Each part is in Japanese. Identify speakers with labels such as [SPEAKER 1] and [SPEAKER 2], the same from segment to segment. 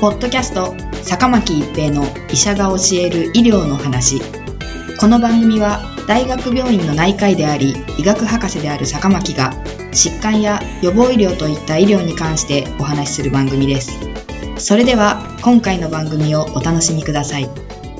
[SPEAKER 1] ポッドキャスト坂巻一平の医者が教える医療の話。この番組は大学病院の内科医であり医学博士である坂巻が疾患や予防医療といった医療に関してお話しする番組です。それでは今回の番組をお楽しみください。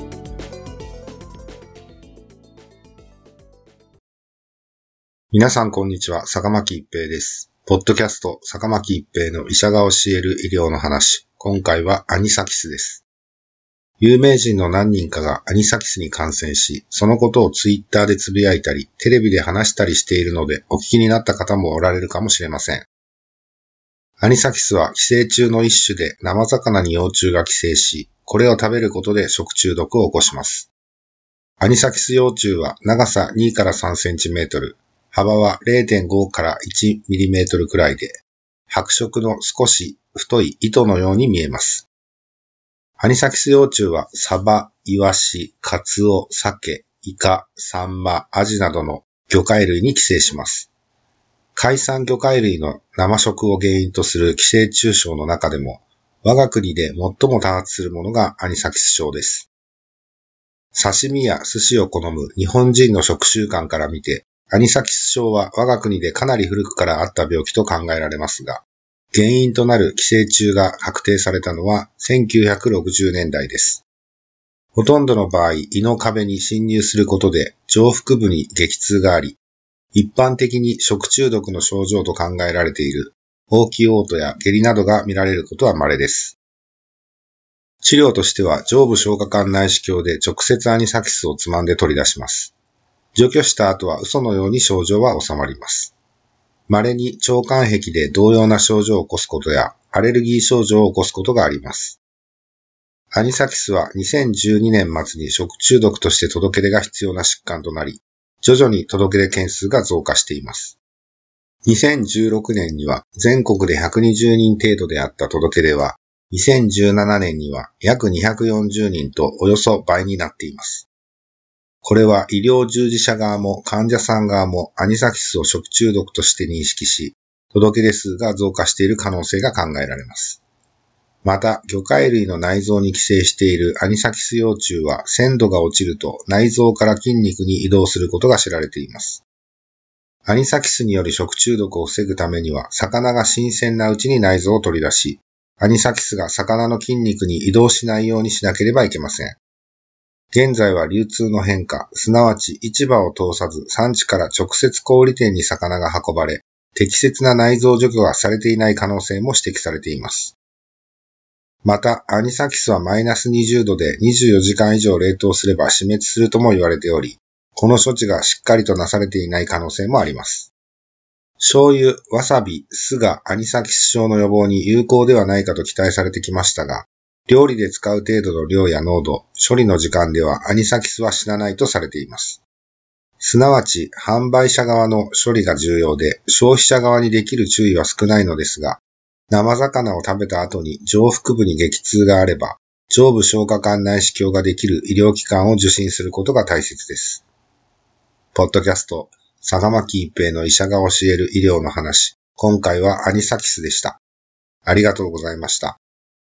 [SPEAKER 2] 皆さんこんにちは、坂巻一平です。ポッドキャスト坂巻一平の医者が教える医療の話。今回はアニサキスです。有名人の何人かがアニサキスに感染し、そのことをツイッターでつぶやいたり、テレビで話したりしているので、お聞きになった方もおられるかもしれません。アニサキスは寄生虫の一種で生魚に幼虫が寄生し、これを食べることで食中毒を起こします。アニサキス幼虫は長さ2から3センチメートル、幅は 0.5 から1ミリメートルくらいで、白色の少し太い糸のように見えます。アニサキス幼虫はサバ、イワシ、カツオ、サケ、イカ、サンマ、アジなどの魚介類に寄生します。海産魚介類の生食を原因とする寄生虫症の中でも、我が国で最も多発するものがアニサキス症です。刺身や寿司を好む日本人の食習慣から見て、アニサキス症は我が国でかなり古くからあった病気と考えられますが、原因となる寄生虫が確定されたのは1960年代です。ほとんどの場合、胃の壁に侵入することで上腹部に激痛があり、一般的に食中毒の症状と考えられている嘔気嘔吐や下痢などが見られることは稀です。治療としては上部消化管内視鏡で直接アニサキスをつまんで取り出します。除去した後は嘘のように症状は収まります。稀に腸管壁で同様な症状を起こすことやアレルギー症状を起こすことがあります。アニサキスは2012年末に食中毒として届け出が必要な疾患となり、徐々に届け出件数が増加しています。2016年には全国で120人程度であった届け出は、2017年には約240人とおよそ倍になっています。これは医療従事者側も患者さん側もアニサキスを食中毒として認識し、届け出数が増加している可能性が考えられます。また、魚介類の内臓に寄生しているアニサキス幼虫は鮮度が落ちると内臓から筋肉に移動することが知られています。アニサキスによる食中毒を防ぐためには、魚が新鮮なうちに内臓を取り出し、アニサキスが魚の筋肉に移動しないようにしなければいけません。現在は流通の変化、すなわち市場を通さず産地から直接小売店に魚が運ばれ、適切な内臓除去がされていない可能性も指摘されています。また、アニサキスはマイナス20度で24時間以上冷凍すれば死滅するとも言われており、この処置がしっかりとなされていない可能性もあります。醤油、わさび、酢がアニサキス症の予防に有効ではないかと期待されてきましたが、料理で使う程度の量や濃度、処理の時間ではアニサキスは死なないとされています。すなわち、販売者側の処理が重要で、消費者側にできる注意は少ないのですが、生魚を食べた後に上腹部に激痛があれば、上部消化管内視鏡ができる医療機関を受診することが大切です。ポッドキャスト、坂巻一平の医者が教える医療の話。今回はアニサキスでした。ありがとうございました。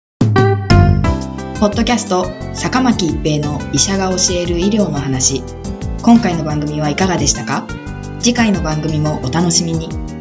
[SPEAKER 1] ポッドキャスト坂巻一平の医者が教える医療の話。今回の番組はいかがでしたか？次回の番組もお楽しみに。